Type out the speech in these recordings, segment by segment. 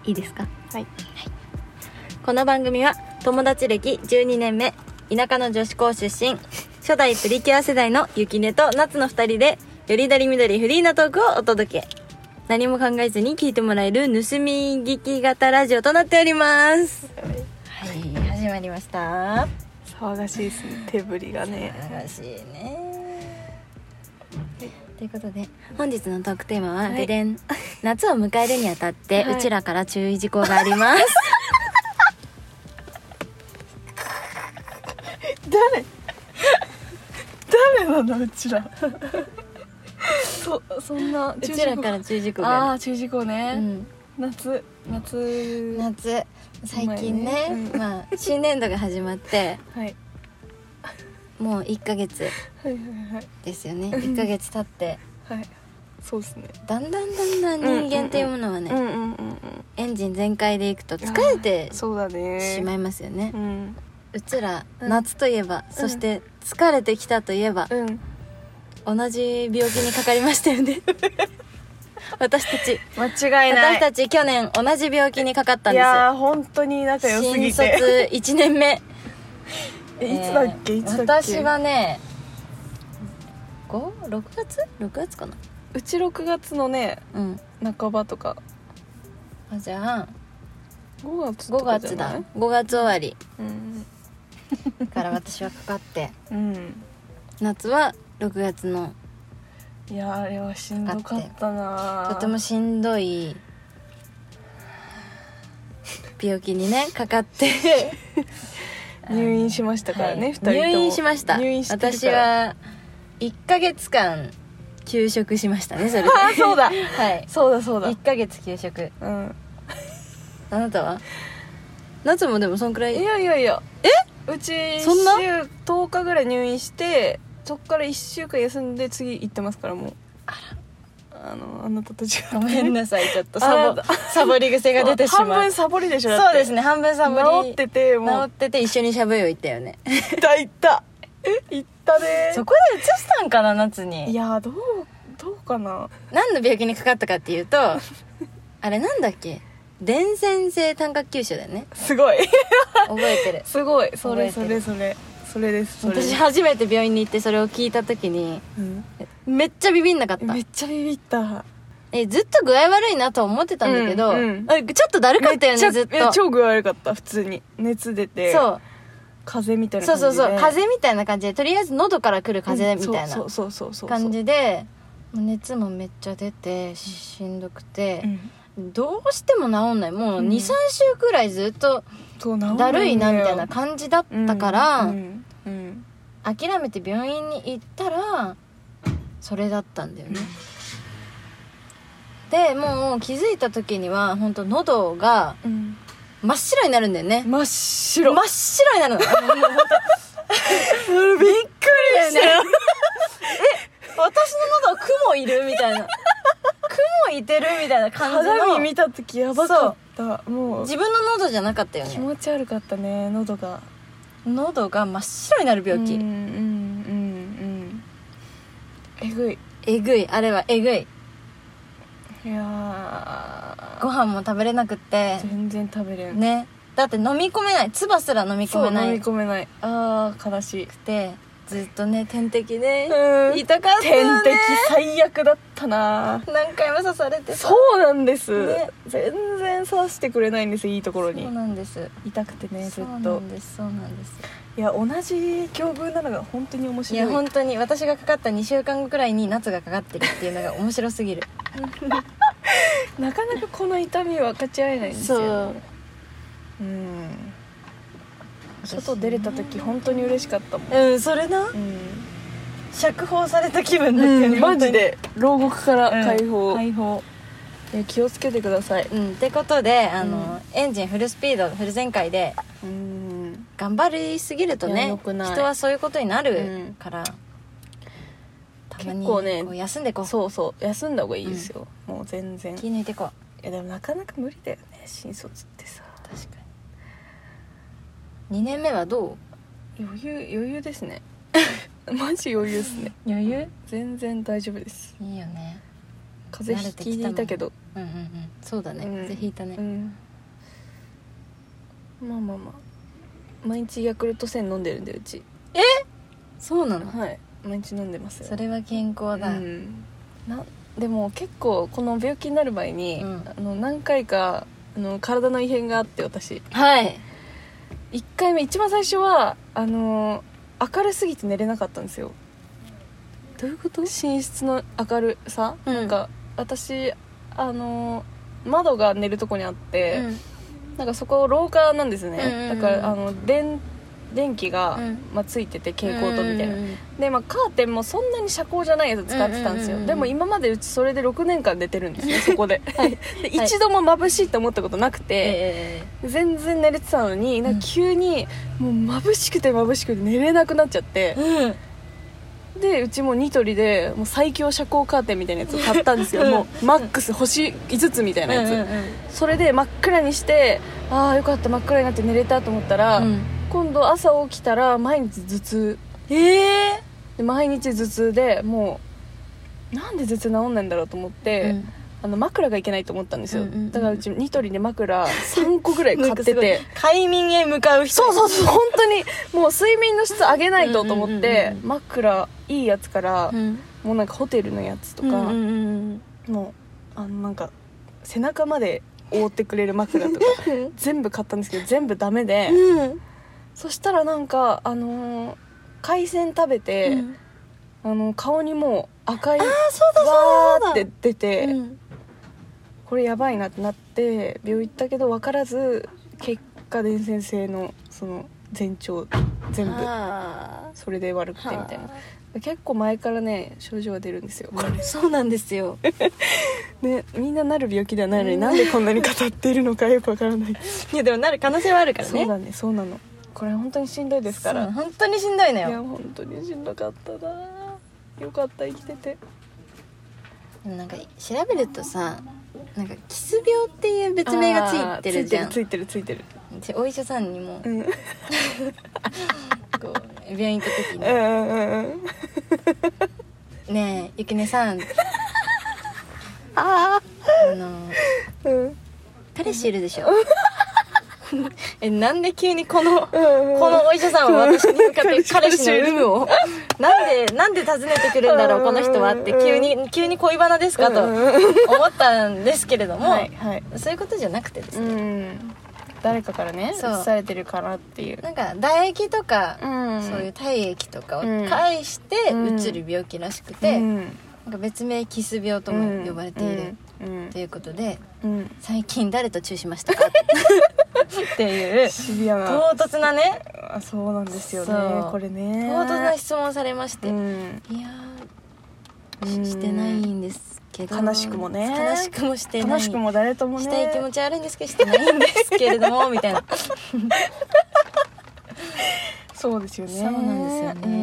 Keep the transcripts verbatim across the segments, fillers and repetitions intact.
いいですか？ はい、はい、 この番組は友達歴じゅうにねんめ、田舎の女子高出身、初代プリキュア世代のゆきねと夏のふたりでよりどりみどりフリーなトークをお届け。何も考えずに聞いてもらえる盗み聞き型ラジオとなっております。はい、始まりました。 騒がしいですね、手振りがね。 騒がしいね、はい、ということで本日のトークテーマは、はい、ででん夏を迎えるにあたって、はい、うちらから注意事項があります。 誰誰なのうちら。そ, そんなうちらから注意事項がある。 ああ、注意事項ね、うん、夏夏夏最近ね、ね、うん、まあ新年度が始まって、はい、もういっかげつですよね。はいはいはい、いっかげつ経って、 はい、そうですね。 だんだんだんだん人間っていうものはね、うんうんうん、エンジン全開でいくと疲れてしまいますよね。うん、うちら、うん、夏といえば、そして疲れてきたといえば、うん、同じ病気にかかりましたよね。私たち間違いない。 私たち去年同じ病気にかかったんです。いやー本当に仲良すぎて。 新卒いちねんめ。 えいつだっけ、えー、いつだっけ。 私はねご、ろくがつろくがつかな。 うちろくがつのね、うん、半ばとか。 あ、じゃあごがつとかじゃない？ ごがつだ。ごがつ終わり、うん、から私はかかって、うん、夏はろくがつの。 いやあれはしんどかったな。 とてもしんどい病気にねかかって入院しましたからね、はい、ふたりとも入院しました。入院してるから私はいっかげつかん休職しましたね。それであそうだ、 はい、 そうだそうだ、 いっかげつ休職、うん、あなたは？夏もでもそんくらい？ いやいやいや、 えうちそんなとおかぐらい入院して、そっからいっしゅうかん休んで次行ってますから。もうあら、あのあなたたちがごめんなさい、ちょっとサボサボり癖が出てしまう。 半分サボりでしょ。だってそうですね、半分サボり。 治っててもう治ってて一緒にしゃぶよ行ったよね。 行った行った行ったね。 そこで移したんかな、夏に。 いやどうどうかな。 何の病気にかかったかっていうとあれなんだっけ、伝染性単核吸収だよね。 すごい覚えてる。 すごい、それそれそれそれです。それです。 私初めて病院に行ってそれを聞いた時に、うん、めっちゃビビんなかった。 めっちゃビビった。 えずっと具合悪いなと思ってたんだけど、うんうん、あちょっとだるかったよね。ずっと超具合悪かった。普通に熱出て、そう風邪みたいな感じで、 そうそうそう、風邪みたいな感じで、とりあえず喉から来る風邪みたいな感じで、熱もめっちゃ出てしんどくて、うん、どうしても治んない。もう にさんしゅうくらいずっとだるいなみたいな感じだったから、うんうんうん、諦めて病院に行ったらそれだったんだよね、うん、でもう気づいた時には本当喉が真っ白になるんだよね。 真っ白真っ白になるの。びっくりしたよ。 え、私の喉は雲いるみたいな、雲いてるみたいな感じの。 鏡見た時やばかった。もう自分の喉じゃなかったよね。 気持ち悪かったね。喉が喉が真っ白になる病気。うんうんうんうん。 えぐいえぐい、あれはえぐい。 いやご飯も食べれなくって。 全然食べれんね。だって飲み込めない、唾すら飲み込めない。 そう飲み込めない。あー悲しくてずっとね点滴で、うん、痛かったよね。 点滴最悪だったな。 何回も刺されてさ。 そうなんです、ね、全然刺してくれないんです、いいところに。 そうなんです。 痛くてね、ずっと。 そうなんです、そうなんです。 いや同じ境遇なのが本当に面白い。 いや本当に私がかかったにしゅうかんごくらいに夏がかかってるっていうのが面白すぎる。 なかなかこの痛みは分かち合えないんですよ。そう、うん、外出れた時本当に嬉しかったもん。 うん、それな、うん、釈放された気分だったよね、 うん、マジで牢獄から解放、うん、 解放。 いや気をつけてください、 うん、ってことであの、うん、エンジンフルスピードフル全開で、うん、頑張りすぎるとね、人はそういうことになるから、うん、たまに結構ねこう休んでこう。 そうそう、休んだ方がいいですよ、うん、もう全然気抜いてこう。いやでもなかなか無理だよね、新卒ってさ。 確かに。にねんめはどう？余裕余裕ですね。マジ余裕ですね。 余裕？ 全然大丈夫です。 いいよね。 風邪ひいていたけどうんうんうん、そうだね、うん、風邪ひいたね、うん、 まあまあまあ毎日ヤクルトせん飲んでるんでうち。 えそうなの？ はい、毎日飲んでますよ。 それは健康だ、うん、 なでも結構この病気になる前に、うん、あの何回かあの体の異変があって私。 はいいっかいめ一番最初はあの明るすぎて寝れなかったんですよ。 どういうこと？ 寝室の明るさ、うん、なんか私あの窓が寝るとこにあって、うん、なんかそこ廊下なんですね、うんうんうん、だからあの電電気が、うんまあ、ついてて蛍光灯みたいな、うんうんうん、で、まあ、カーテンもそんなに遮光じゃないやつ使ってたんですよ、うんうんうんうん、でも今までうちそれでろくねんかん寝てるんですよそこで、はい、で一度も眩しいって思ったことなくて、はい、全然寝れてたのになんか急にもう眩しくて眩しくて寝れなくなっちゃって、うん、でうちもニトリでもう最強遮光カーテンみたいなやつを買ったんですよ、うん、もうマックス星いつつみたいなやつ、うんうんうん、それで真っ暗にしてああよかった真っ暗になって寝れたと思ったら、うん今度朝起きたら毎日頭痛、 えー、 で毎日頭痛でもうなんで頭痛治んないんだろうと思って、うん、あの枕がいけないと思ったんですよ、うんうんうん、だからうちニトリで枕さんこぐらい買ってて快眠へ向かう人そうそうそう本当にもう睡眠の質上げないとと思って、うんうんうん、枕いいやつから、うん、もうなんかホテルのやつとか、うんうんうん、もうあのなんか背中まで覆ってくれる枕とか全部買ったんですけど全部ダメで、うんそしたらなんかあのー、海鮮食べて、うん、あの顔にもう赤いわーって出て、うん、これやばいなってなって病院行ったけど分からず結果伝染性のその前兆全部それで悪くてみたいな結構前からね症状が出るんですよこれそうなんですよ、 ね、みんななる病気ではないのになんでこんなに語っているのかよく分からないいやでもなる可能性はあるからねそうだねそうなのこれ本当にしんどいですから本当にしんどいのよいや本当にしんどかったなよかった生きててなんか調べるとさなんかキス病っていう別名がついてるじゃんついてるついてるついてるお医者さんにも、うん、こう病院行った時に、 うんうんうん、ねえゆきねさんああの、うん、彼氏いるでしょえなんで急にこの、うんうん、このお医者さんは私に向かって彼氏の有無をなんでなんで尋ねてくるんだろうこの人はって急に急に恋バナですかと思ったんですけれども、はいはい、そういうことじゃなくてですね、うん、 誰かからね映されてるからっていうなんか唾液とか、うん、そういう体液とかを介してうつる病気らしくて、うん、なんか別名キス病とも呼ばれている、うんうん、ということで、うん、最近誰とチューしましたかっていうシビアな唐突なねあそうなんですよねこれね唐突な質問されまして、うん、いやーしてないんですけど悲しくもね悲しくもしてない悲しくも誰ともねしたい気持ち悪いんですけどしてないんですけれどもみたいなそうですよねそうなんですよね、うん、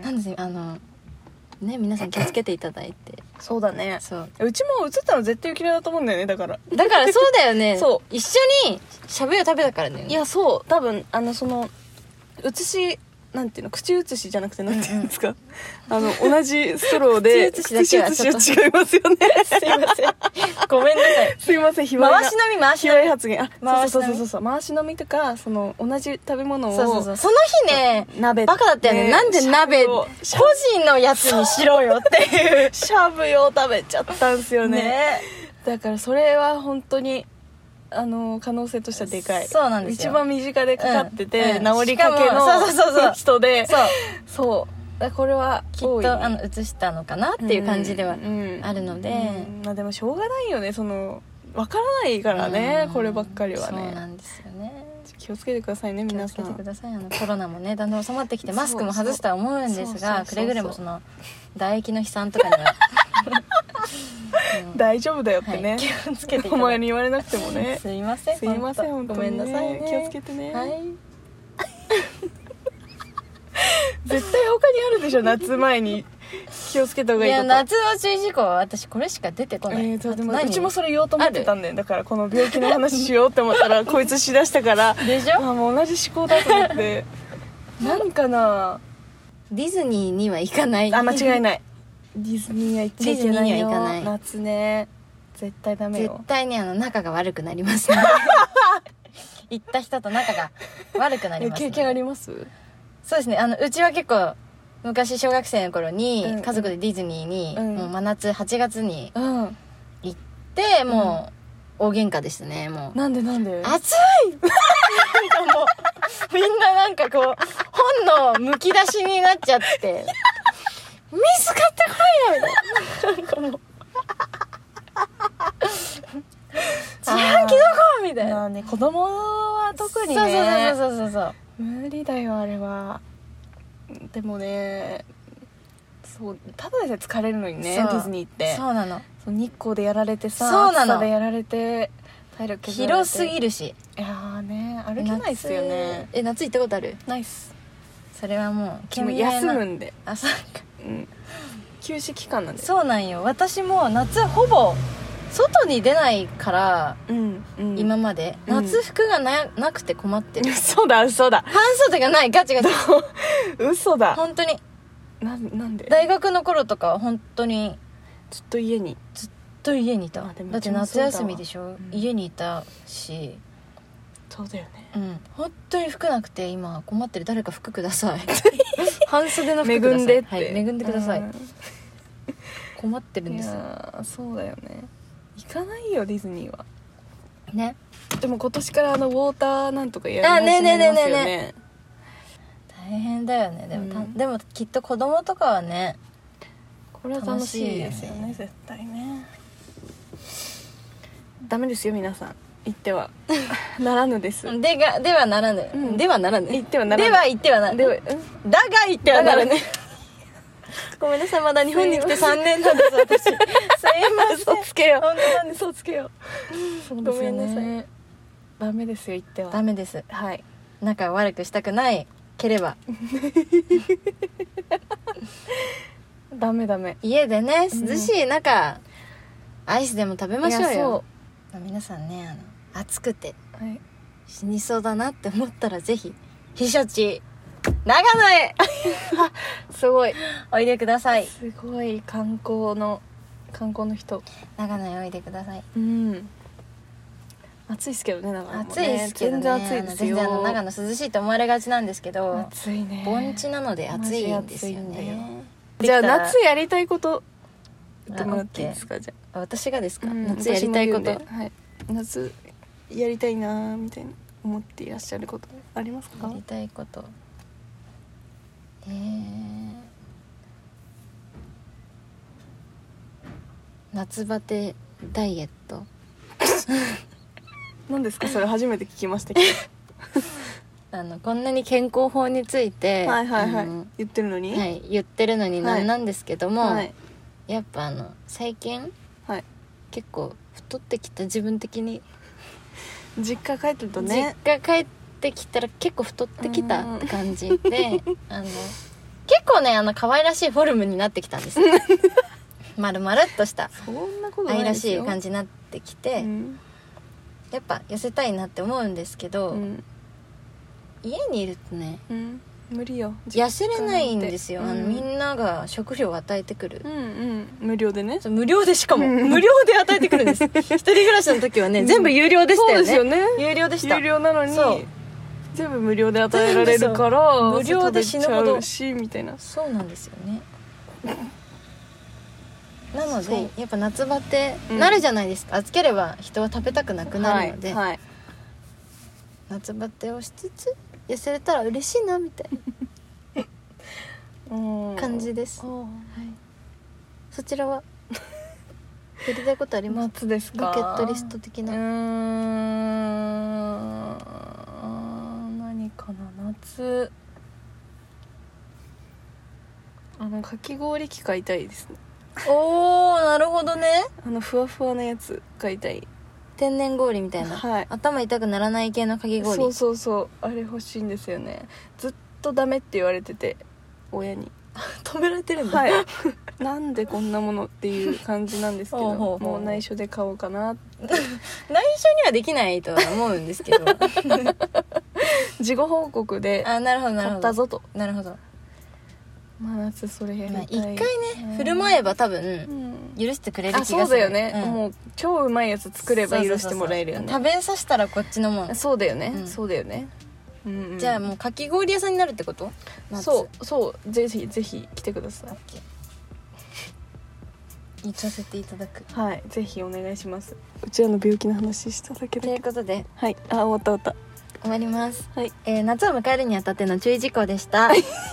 なんですよあのね皆さん気をつけていただいてそうだねそううちも映ったの絶対嫌いだと思うんだよねだからだからそうだよねそう一緒にしゃぶを食べたからねいやそう多分あのその写しなんていうの口写しじゃなくてなんていうんですか、うんうん、あの同じストローで口写しだけはちょっと口写しは違いますよねすいませんごめんなさいすいませんひわい回し飲み回し飲み発言あ回しそうそうそうそう回し飲みとかその同じ食べ物をそうそうそうその日ね鍋バカだったよね、ね、なんで鍋個人のやつにしろよっていうしゃぶよ食べちゃったんですよ ね, ねだからそれは本当にあの可能性としてはでかいそうなんですよ一番身近でかかってて、うんうん、治りかけの人でそうそうこれはきっとあの移したのかなっていう感じではあるので、 うんうんまあ、でもしょうがないよねその分からないからね、うん、こればっかりはねそうなんですよね気をつけてくださいね皆さん気をつけてくださいあのコロナもねだんだん収まってきてマスクも外すとは思うんですがくれぐれもその唾液の飛散とかにはうん、大丈夫だよってね、はい、 気をつけていただいてお前に言われなくてもねすいませんすいません本当ごめんなさいね気をつけてね、 はい、 絶対他にあるでしょ夏前に気をつけた方がいいこといや夏の注意事項は私これしか出てこない、 えー、でもうちもそれ言おうと思ってたんだよだからこの病気の話しようって思ったらこいつしだしたからでしょあもう同じ思考だと思って何かなディズニーには行かないあ間違いないディズニーは行っちゃいけないよディズニーには行かない夏ね絶対ダメよ。 絶対にあの仲が悪くなりますね行った人と仲が悪くなります、ね、 経験あります？ そうですね、あのうちは結構昔小学生の頃に家族でディズニーに、うんうん、もう真夏はちがつに行って、うん、もう大喧嘩でしたね。もうなんでなんで暑いなんかもうみんななんかこう本のむき出しになっちゃって水買ってこいよみたいななんかもう自販機どこみたいな、 まあね、子供は特にね、 そうそうそうそうそう無理だよあれは。でもね、そうただでさえ疲れるのにね、ディズニーってそうなの、 そう日光でやられてさ、 そうなの、 暑さでやられて体力削られて、 広すぎるし、 いやーね、歩けないっすよね。 え、夏行ったことある？ ないっす。 それはもう君休むんで、 あ、そうか、 うん、休止期間なんで。 そうなんよ、私も夏ほぼ外に出ないから、 うんうん、 今まで、うん、夏服が な, なくて困ってる。 嘘だ嘘だ、 半袖がない、ガチガチ嘘だ、 本当に。 な, なんで大学の頃とか本当にずっと家にずっと家にいた。だって夏休みでしょ、うん、家にいたし。 そうだよね、 うん、本当に服なくて今困ってる。誰か服ください半袖の服ください、 恵んでって、 はい、恵んでください。困ってるんですよ。 いやそうだよね、行かないよディズニーはね。 でも今年からあのウォーターなんとかやり始めますよね。あ、ねねねねね、 大変だよね。でも、うん、でもきっと子供とかはね、 これは楽しいですよね、絶対ね。ダメですよ皆さん、言ってはならぬですでがではならぬ、うん、ではならぬ、 言ってはならぬ、 では言ってはならぬ、では、うん、だが言ってはならぬごめんなさい、まだ日本に来てさんねんなんです私すいません、 嘘つけよ、 本当なんで嘘つけよそうですよね、ごめんなさい、ダメですよ言ってはダメです。 はい、 仲悪くしたくないければダメダメ、 家でね涼しい中、うん、アイスでも食べましょうよ。う皆さんね、あの暑くて死にそうだなって思ったらぜひ避暑地長野へすごいおいでください。 すごい観光の観光の人、 長野へおいでください。 うん、暑いですけどね、長野もね、 暑いですけどね、 全然暑いですよ。 全然あの長野涼しいと思われがちなんですけど、 暑いね、 盆地なので暑いんですよね。 じゃあ夏やりたいこと言ってもらっていいですか？じゃあ私がですか、うん、夏やりたいこと、 はい、夏やりたいなみたいな思っていらっしゃることありますか？ やりたいこと、えー、夏バテダイエット何ですかそれ、初めて聞きましたけどあのこんなに健康法について、 はいはいはい、言ってるのに、 はい、言ってるのになんなんですけども、 はい、 やっぱあの最近、 はい、 結構太ってきた、自分的に実家帰ってるとね、 実家帰ってきたら結構太ってきたって感じであの結構ね、あの可愛らしいフォルムになってきたんです丸々っとした愛らしい感じになってきて、うん、やっぱ痩せたいなって思うんですけど、うん、家にいるとね、 うん、無理よ、 痩せれないんですよ、うん、あのみんなが食料を与えてくる、 うんうん、無料でね、 無料で、しかも、うん、無料で与えてくるんです一人暮らしの時はね、うん、全部有料でしたよね。 そうですよね、 有料でした。 有料なのに全部無料で与えられるから無料で死ぬほどしみたいな。 そうなんですよねなのでやっぱ夏バテなるじゃないですか、うん、暑ければ人は食べたくなくなるので、 はいはい、 夏バテをしつつ痩せれたら嬉しいなみたいな感じです、はい、そちらはやりたいことあります？ 夏ですか？ バケットリスト的な。 うーん、何かな、夏あのかき氷機買いたいですね。 おー、なるほどね。 あのふわふわなやつ買いたい。 天然氷みたいな、 はい、 頭痛くならない系のかき氷。 そうそうそう、あれ欲しいんですよね。ずっとダメって言われてて、親に止められてるんだ、 はいなんでこんなものっていう感じなんですけどほうほうほう、もう内緒で買おうかなって内緒にはできないとは思うんですけど事後報告で買ったぞと。 なるほど、 まあ夏それやりたい、 まあ、一回ね振る舞えば多分、うん、 許してくれる気がする。 あ、そうだよね、うん、もう超うまいやつ作れば許してもらえるよね。 そうそうそうそう、食べさせたらこっちのもん。 そうだよね、 うん、 そうだよね、うんうん、 じゃあもうかき氷屋さんになるってこと？ そうそうぜひぜひ来てください。 行かせていただく。 はい、ぜひお願いします。うちらの病気の話しただけだけど。 ということで、 はい、あ、終わった終わった終わります、 はい。 えー、夏を迎えるにあたっての注意事項でした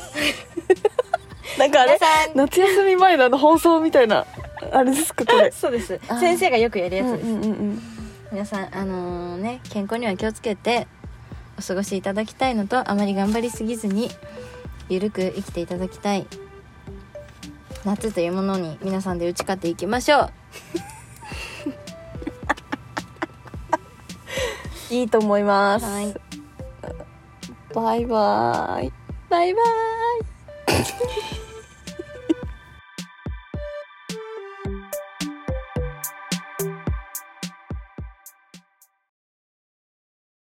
なんかあれ夏休み前のあの放送みたいなあれですかこれそうです、先生がよくやるやつです、 うんうんうん、 皆さんあのー、ね健康には気をつけてお過ごしいただきたいのと、あまり頑張りすぎずにゆるく生きていただきたい。夏というものに皆さんで打ち勝っていきましょういいと思います、 はい、 バイバーイバイバーイ